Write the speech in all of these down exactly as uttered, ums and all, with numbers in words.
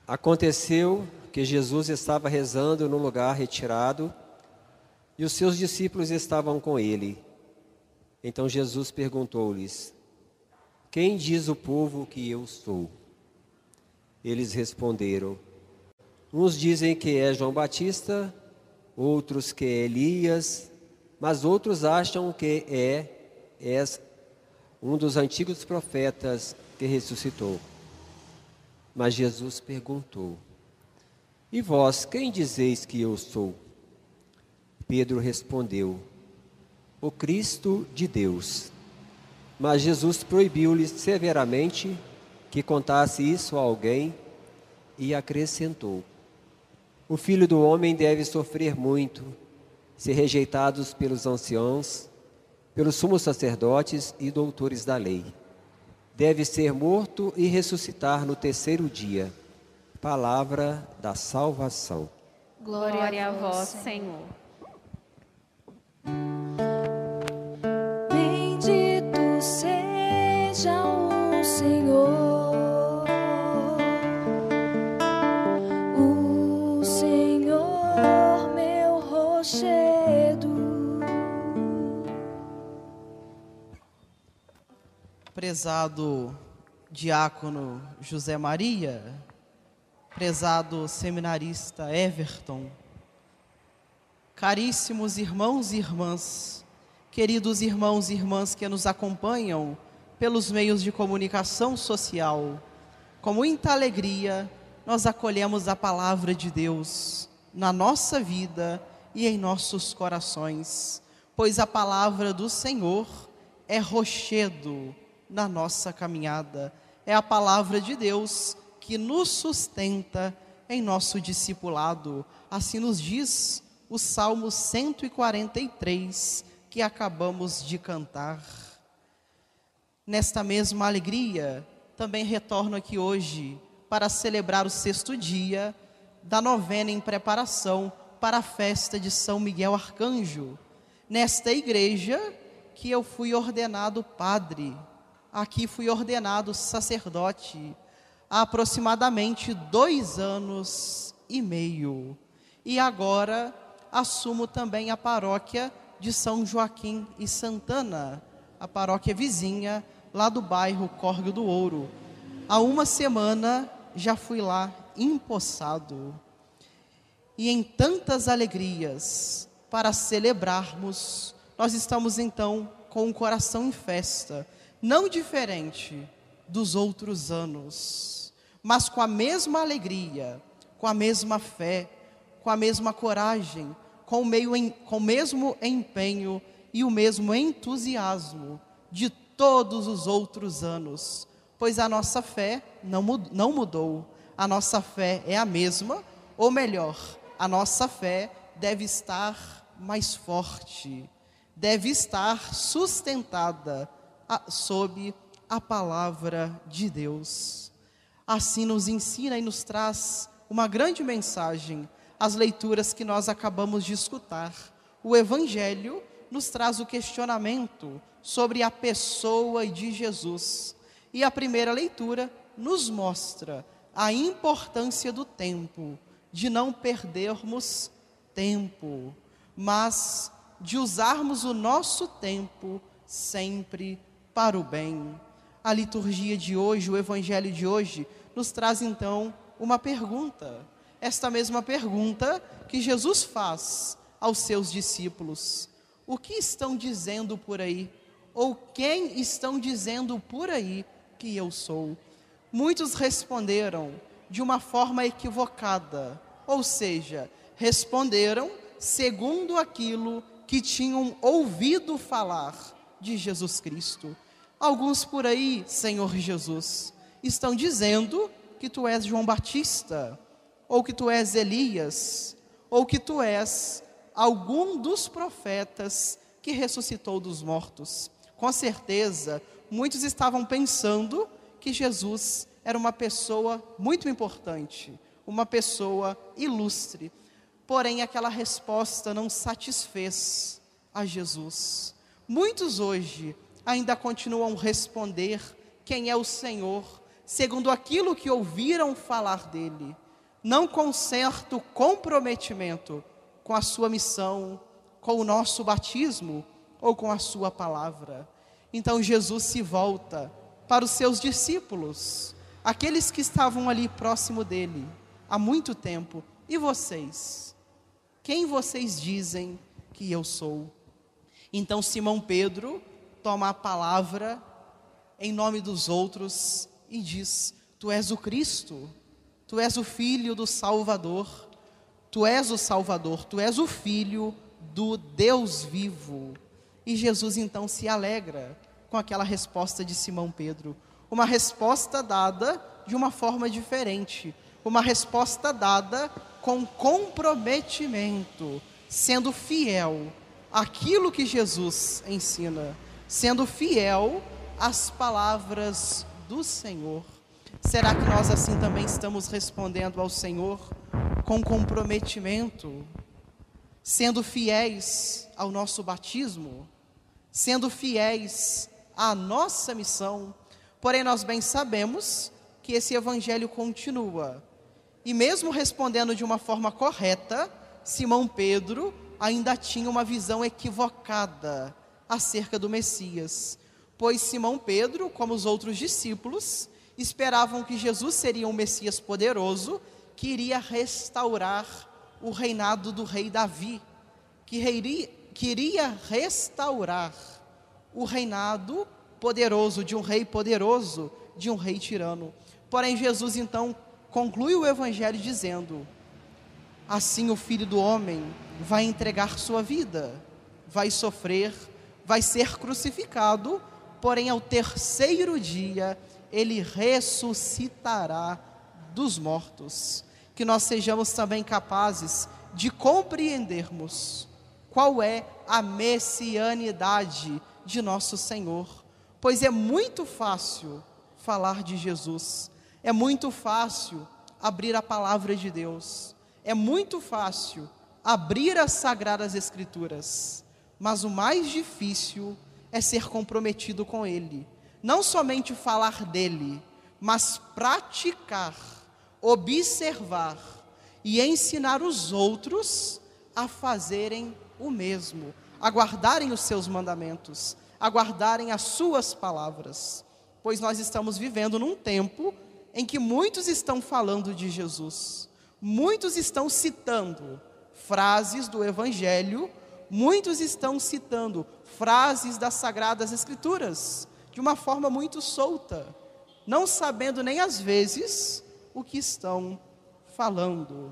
Aconteceu que Jesus estava rezando num lugar retirado e os seus discípulos estavam com ele. Então Jesus perguntou-lhes: quem diz o povo que eu sou? Eles responderam: uns dizem que é João Batista, outros que é Elias, mas outros acham que é, é um dos antigos profetas que ressuscitou. Mas Jesus perguntou: e vós, quem dizeis que eu sou? Pedro respondeu: o Cristo de Deus. Mas Jesus proibiu-lhe severamente que contasse isso a alguém e acrescentou: o Filho do Homem deve sofrer muito, ser rejeitado pelos anciãos, pelos sumos sacerdotes e doutores da lei. Deve ser morto e ressuscitar no terceiro dia. Palavra da salvação. Glória a vós, Senhor. Bendito seja o Senhor, o Senhor meu rochedo. Prezado diácono José Maria, prezado seminarista Everton, caríssimos irmãos e irmãs, queridos irmãos e irmãs que nos acompanham pelos meios de comunicação social, com muita alegria nós acolhemos a palavra de Deus na nossa vida e em nossos corações, pois a palavra do Senhor é rochedo na nossa caminhada. É a palavra de Deus que nos sustenta em nosso discipulado. Assim nos diz o Salmo cento e quarenta e três, que acabamos de cantar. Nesta mesma alegria, também retorno aqui hoje para celebrar o sexto dia da novena em preparação para a festa de São Miguel Arcanjo. Nesta igreja que eu fui ordenado padre, aqui fui ordenado sacerdote há aproximadamente dois anos e meio. E agora assumo também a paróquia de São Joaquim e Santana, a paróquia vizinha lá do bairro Córrego do Ouro. Há uma semana já fui lá empossado. E em tantas alegrias para celebrarmos, nós estamos então com o coração em festa, não diferente dos outros anos, mas com a mesma alegria, com a mesma fé, com a mesma coragem, com o, meio em, com o mesmo empenho e o mesmo entusiasmo de todos os outros anos, pois a nossa fé não, não mudou, a nossa fé é a mesma, ou melhor, a nossa fé deve estar mais forte, deve estar sustentada a, sob a palavra de Deus. Assim nos ensina e nos traz uma grande mensagem as leituras que nós acabamos de escutar. O Evangelho nos traz o questionamento sobre a pessoa de Jesus. E a primeira leitura nos mostra a importância do tempo, de não perdermos tempo, mas de usarmos o nosso tempo sempre para o bem. A liturgia de hoje, o Evangelho de hoje, nos traz então uma pergunta. Esta mesma pergunta que Jesus faz aos seus discípulos: o que estão dizendo por aí? Ou quem estão dizendo por aí que eu sou? Muitos responderam de uma forma equivocada, ou seja, responderam segundo aquilo que tinham ouvido falar de Jesus Cristo. Alguns por aí, Senhor Jesus, estão dizendo que tu és João Batista, ou que tu és Elias, ou que tu és algum dos profetas que ressuscitou dos mortos. Com certeza, muitos estavam pensando que Jesus era uma pessoa muito importante, uma pessoa ilustre. Porém, aquela resposta não satisfez a Jesus. Muitos hoje ainda continuam a responder quem é o Senhor, segundo aquilo que ouviram falar dele, não com certo comprometimento com a sua missão, com o nosso batismo ou com a sua palavra. Então Jesus se volta para os seus discípulos, aqueles que estavam ali próximo dele há muito tempo. E vocês? Quem vocês dizem que eu sou? Então Simão Pedro toma a palavra em nome dos outros e diz: tu és o Cristo, tu és o Filho do Salvador, tu és o Salvador, tu és o Filho do Deus vivo. E Jesus então se alegra com aquela resposta de Simão Pedro, uma resposta dada de uma forma diferente, uma resposta dada com comprometimento, sendo fiel àquilo que Jesus ensina, sendo fiel às palavras do Senhor. Será que nós assim também estamos respondendo ao Senhor com comprometimento, sendo fiéis ao nosso batismo, sendo fiéis à nossa missão? Porém, nós bem sabemos que esse evangelho continua. E mesmo respondendo de uma forma correta, Simão Pedro ainda tinha uma visão equivocada acerca do Messias. Pois Simão Pedro, como os outros discípulos, esperavam que Jesus seria um Messias poderoso, que iria restaurar o reinado do rei Davi, que iria, que iria restaurar o reinado poderoso, de um rei poderoso, de um rei tirano. Porém, Jesus então conclui o evangelho dizendo: assim o Filho do Homem vai entregar sua vida, vai sofrer, vai ser crucificado, porém ao terceiro dia ele ressuscitará dos mortos. Que nós sejamos também capazes de compreendermos qual é a messianidade de nosso Senhor, pois é muito fácil falar de Jesus, é muito fácil abrir a palavra de Deus, é muito fácil abrir as Sagradas Escrituras, mas o mais difícil é ser comprometido com Ele, não somente falar dele, mas praticar, observar e ensinar os outros a fazerem o mesmo, a guardarem os seus mandamentos, a guardarem as suas palavras, pois nós estamos vivendo num tempo em que muitos estão falando de Jesus, muitos estão citando frases do Evangelho, muitos estão citando frases das Sagradas Escrituras, de uma forma muito solta, não sabendo nem às vezes o que estão falando.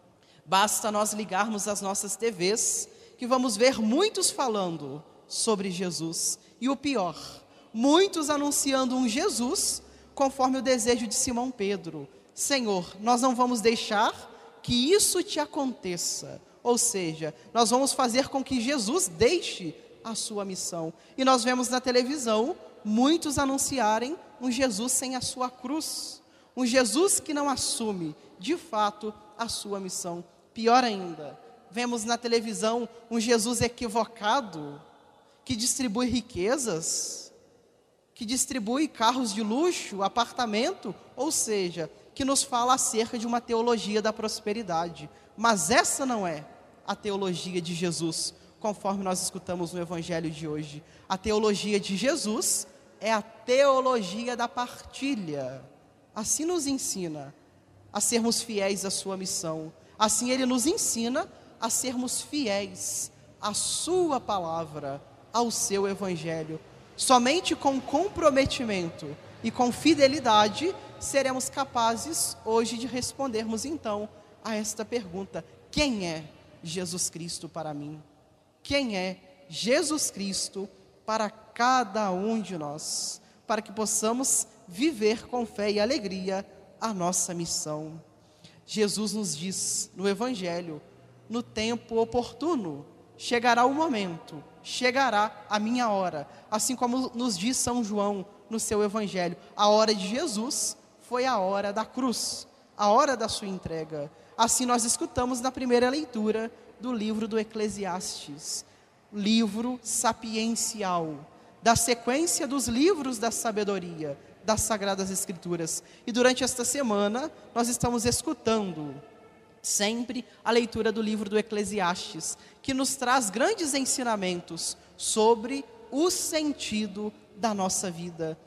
Basta nós ligarmos as nossas T Vs, que vamos ver muitos falando sobre Jesus. E o pior, muitos anunciando um Jesus conforme o desejo de Simão Pedro: Senhor, nós não vamos deixar que isso te aconteça. Ou seja, nós vamos fazer com que Jesus deixe a sua missão. E nós vemos na televisão muitos anunciarem um Jesus sem a sua cruz, um Jesus que não assume, de fato, a sua missão. Pior ainda, vemos na televisão um Jesus equivocado, que distribui riquezas, que distribui carros de luxo, apartamento, ou seja, que nos fala acerca de uma teologia da prosperidade. Mas essa não é a teologia de Jesus, conforme nós escutamos no Evangelho de hoje. A teologia de Jesus é a teologia da partilha. Assim nos ensina a sermos fiéis à sua missão. Assim Ele nos ensina a sermos fiéis à sua palavra, ao seu Evangelho. Somente com comprometimento e com fidelidade seremos capazes hoje de respondermos então a esta pergunta: quem é Jesus Cristo para mim? Quem é Jesus Cristo para cada um de nós? Para que possamos viver com fé e alegria a nossa missão. Jesus nos diz no Evangelho: no tempo oportuno chegará o momento, chegará a minha hora. Assim como nos diz São João no seu Evangelho, a hora de Jesus foi a hora da cruz, a hora da sua entrega. Assim nós escutamos na primeira leitura do livro do Eclesiastes, livro sapiencial, da sequência dos livros da sabedoria, das Sagradas Escrituras. E durante esta semana, nós estamos escutando sempre a leitura do livro do Eclesiastes, que nos traz grandes ensinamentos sobre o sentido da nossa vida.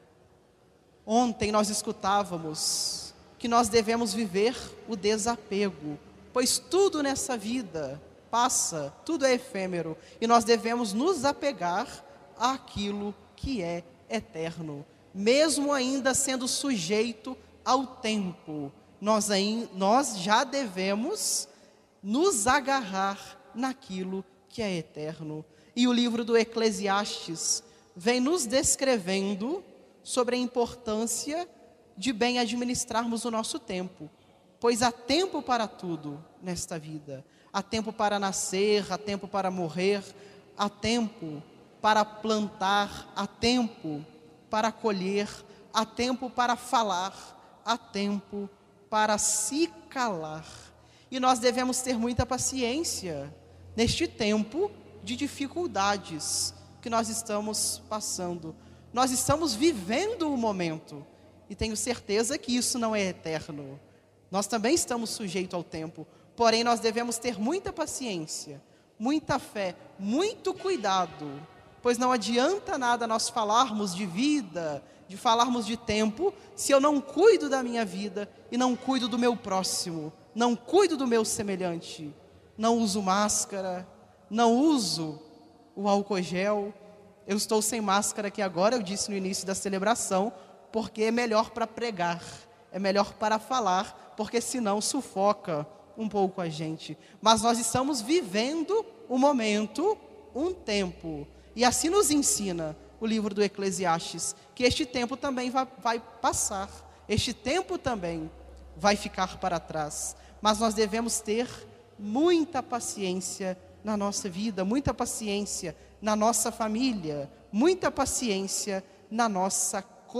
Ontem nós escutávamos que nós devemos viver o desapego, pois tudo nessa vida passa, tudo é efêmero, e nós devemos nos apegar àquilo que é eterno, mesmo ainda sendo sujeito ao tempo. Nós, nós já devemos nos agarrar naquilo que é eterno. E o livro do Eclesiastes vem nos descrevendo sobre a importância de bem administrarmos o nosso tempo, pois há tempo para tudo nesta vida. Há tempo para nascer, há tempo para morrer, há tempo para plantar, há tempo para colher, há tempo para falar, há tempo para se calar. E nós devemos ter muita paciência neste tempo de dificuldades que nós estamos passando. Nós estamos vivendo o momento, e tenho certeza que isso não é eterno. Nós também estamos sujeitos ao tempo, porém nós devemos ter muita paciência, muita fé, muito cuidado, pois não adianta nada nós falarmos de vida, de falarmos de tempo, se eu não cuido da minha vida e não cuido do meu próximo, não cuido do meu semelhante, não uso máscara, não uso o álcool gel. Eu estou sem máscara aqui agora, eu disse no início da celebração, porque é melhor para pregar, é melhor para falar, porque senão sufoca um pouco a gente. Mas nós estamos vivendo um momento, um tempo, e assim nos ensina o livro do Eclesiastes, que este tempo também vai, vai passar, este tempo também vai ficar para trás, mas nós devemos ter muita paciência na nossa vida, muita paciência na nossa família, muita paciência na nossa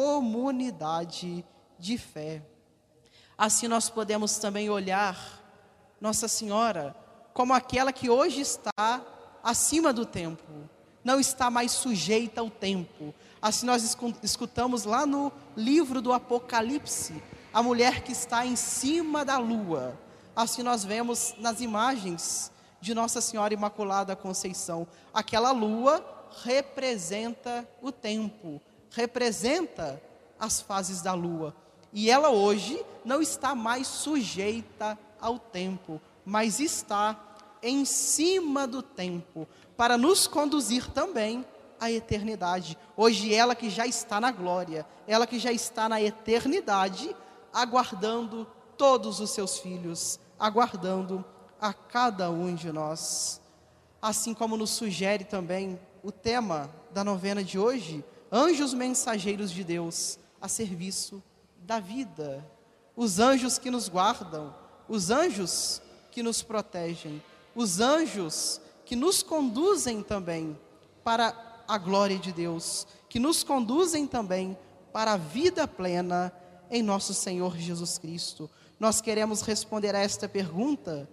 comunidade de fé. Assim nós podemos também olhar Nossa Senhora como aquela que hoje está acima do tempo, não está mais sujeita ao tempo. Assim nós escutamos lá no livro do Apocalipse, a mulher que está em cima da lua. Assim nós vemos nas imagens de Nossa Senhora Imaculada Conceição, aquela lua representa o tempo, representa as fases da lua. E ela hoje não está mais sujeita ao tempo, mas está em cima do tempo, para nos conduzir também à eternidade. Hoje ela que já está na glória, ela que já está na eternidade, aguardando todos os seus filhos, aguardando a cada um de nós. Assim como nos sugere também o tema da novena de hoje, anjos mensageiros de Deus, a serviço da vida. Os anjos que nos guardam, os anjos que nos protegem, os anjos que nos conduzem também para a glória de Deus, que nos conduzem também para a vida plena em nosso Senhor Jesus Cristo. Nós queremos responder a esta pergunta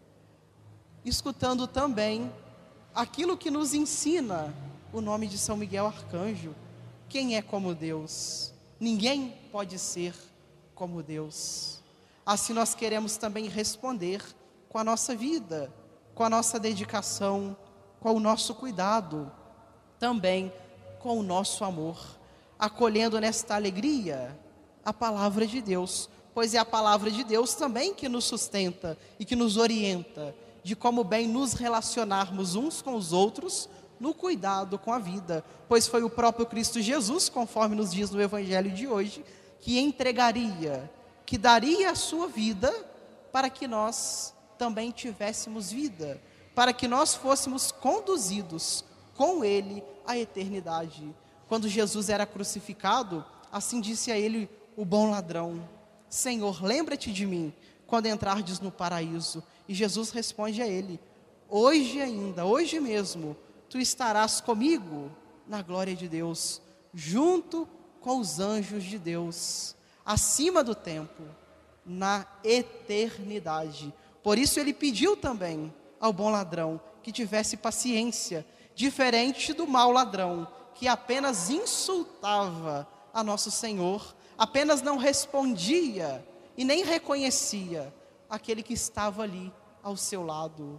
escutando também aquilo que nos ensina o nome de São Miguel Arcanjo. Quem é como Deus? Ninguém pode ser como Deus. Assim nós queremos também responder com a nossa vida, com a nossa dedicação, com o nosso cuidado, também com o nosso amor, acolhendo nesta alegria a palavra de Deus, pois é a palavra de Deus também que nos sustenta e que nos orienta de como bem nos relacionarmos uns com os outros no cuidado com a vida, pois foi o próprio Cristo Jesus, conforme nos diz no Evangelho de hoje, que entregaria, que daria a sua vida para que nós também tivéssemos vida, para que nós fôssemos conduzidos com Ele à eternidade. Quando Jesus era crucificado, assim disse a Ele o bom ladrão: Senhor, lembra-te de mim quando entrardes no paraíso. E Jesus responde a ele: hoje ainda, hoje mesmo, tu estarás comigo na glória de Deus, junto com os anjos de Deus, acima do tempo, na eternidade. Por isso ele pediu também ao bom ladrão que tivesse paciência, diferente do mau ladrão, que apenas insultava a nosso Senhor, apenas não respondia e nem reconhecia aquele que estava ali ao seu lado.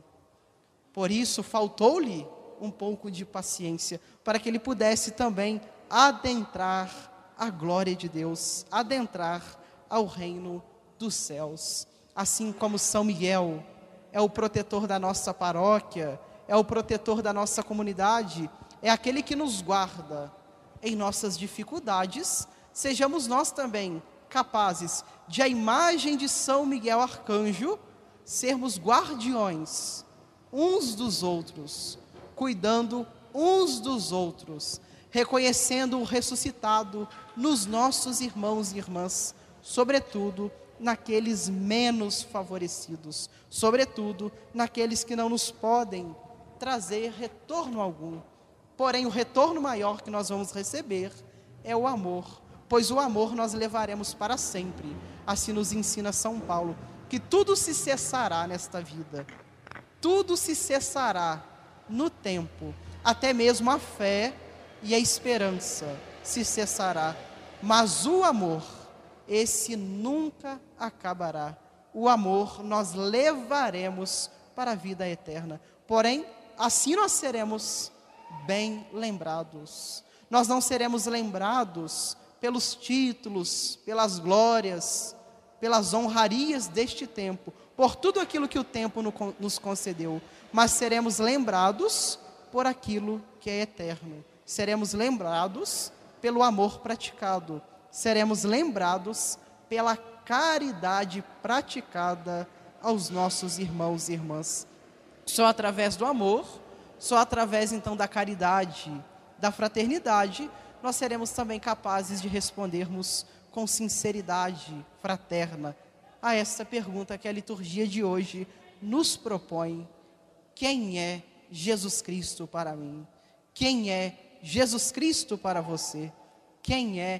Por isso, faltou-lhe um pouco de paciência, para que ele pudesse também adentrar a glória de Deus, adentrar ao reino dos céus. Assim como São Miguel é o protetor da nossa paróquia, é o protetor da nossa comunidade, é aquele que nos guarda em nossas dificuldades, sejamos nós também capazes de, a imagem de São Miguel Arcanjo, sermos guardiões uns dos outros, cuidando uns dos outros, reconhecendo o ressuscitado nos nossos irmãos e irmãs, sobretudo naqueles menos favorecidos, sobretudo naqueles que não nos podem trazer retorno algum. Porém, o retorno maior que nós vamos receber é o amor, pois o amor nós levaremos para sempre. Assim nos ensina São Paulo, que tudo se cessará nesta vida, tudo se cessará no tempo, até mesmo a fé e a esperança se cessará, mas o amor, esse nunca acabará. O amor nós levaremos para a vida eterna. Porém, assim nós seremos bem lembrados. Nós não seremos lembrados pelos títulos, pelas glórias, pelas honrarias deste tempo, por tudo aquilo que o tempo nos concedeu, mas seremos lembrados por aquilo que é eterno. Seremos lembrados pelo amor praticado. Seremos lembrados pela caridade praticada aos nossos irmãos e irmãs. Só através do amor, só através então da caridade, da fraternidade, nós seremos também capazes de respondermos com sinceridade fraterna a essa pergunta que a liturgia de hoje nos propõe: quem é Jesus Cristo para mim? Quem é Jesus Cristo para você? Quem é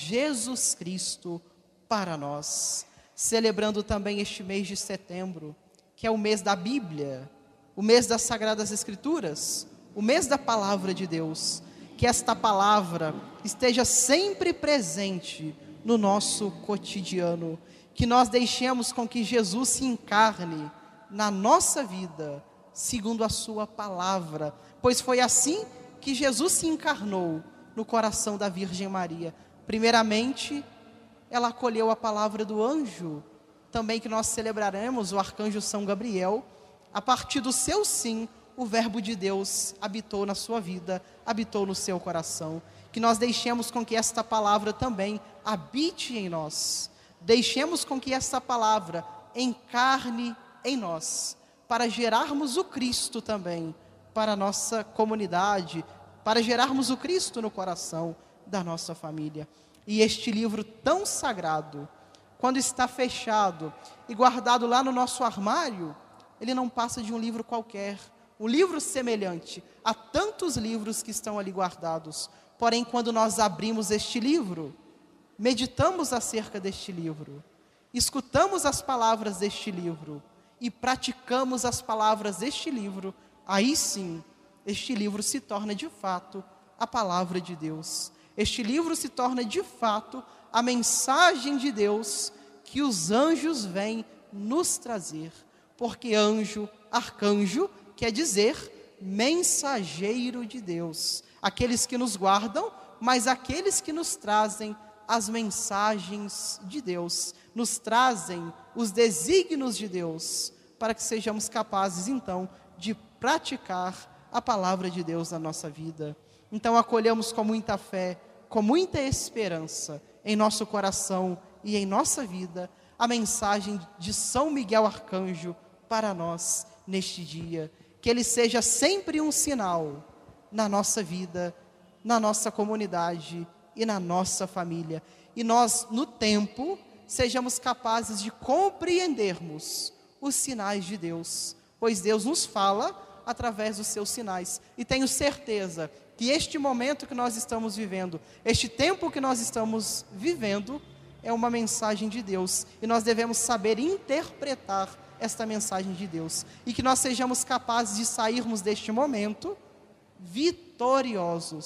Jesus Cristo para nós? Celebrando também este mês de setembro, que é o mês da Bíblia, o mês das Sagradas Escrituras, o mês da Palavra de Deus, que esta palavra esteja sempre presente no nosso cotidiano, que nós deixemos com que Jesus se encarne na nossa vida, segundo a sua palavra, pois foi assim que Jesus se encarnou no coração da Virgem Maria. Primeiramente, ela acolheu a palavra do anjo, também que nós celebraremos, o arcanjo São Gabriel. A partir do seu sim, o verbo de Deus habitou na sua vida, habitou no seu coração. Que nós deixemos com que esta palavra também habite em nós. Deixemos com que esta palavra encarne em nós, para gerarmos o Cristo também para a nossa comunidade, para gerarmos o Cristo no coração da nossa família. E este livro tão sagrado, quando está fechado e guardado lá no nosso armário, ele não passa de um livro qualquer, um livro semelhante a tantos livros que estão ali guardados. Porém, quando nós abrimos este livro, meditamos acerca deste livro, escutamos as palavras deste livro e praticamos as palavras deste livro, aí sim, este livro se torna de fato a palavra de Deus. Este livro se torna de fato a mensagem de Deus que os anjos vêm nos trazer. Porque anjo, arcanjo, quer dizer mensageiro de Deus. Aqueles que nos guardam, mas aqueles que nos trazem as mensagens de Deus, nos trazem os desígnios de Deus, para que sejamos capazes então de praticar a palavra de Deus na nossa vida. Então acolhamos com muita fé, com muita esperança em nosso coração e em nossa vida a mensagem de São Miguel Arcanjo para nós neste dia. Que ele seja sempre um sinal na nossa vida, na nossa comunidade e na nossa família. E nós, no tempo, sejamos capazes de compreendermos os sinais de Deus, pois Deus nos fala através dos seus sinais. E tenho certeza que este momento que nós estamos vivendo, este tempo que nós estamos vivendo, é uma mensagem de Deus. E nós devemos saber interpretar esta mensagem de Deus. E que nós sejamos capazes de sairmos deste momento vitoriosos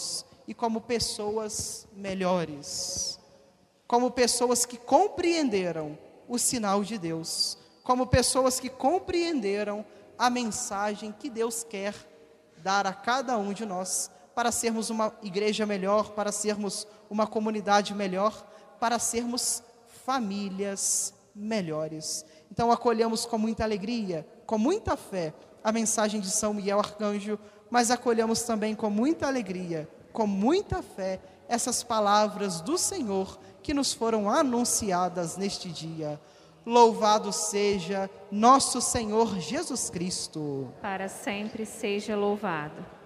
e como pessoas melhores, como pessoas que compreenderam o sinal de Deus, como pessoas que compreenderam a mensagem que Deus quer dar a cada um de nós, para sermos uma igreja melhor, para sermos uma comunidade melhor, para sermos famílias melhores. Então acolhemos com muita alegria, com muita fé, a mensagem de São Miguel Arcanjo, mas acolhemos também com muita alegria, com muita fé, essas palavras do Senhor que nos foram anunciadas neste dia. Louvado seja nosso Senhor Jesus Cristo. Para sempre seja louvado.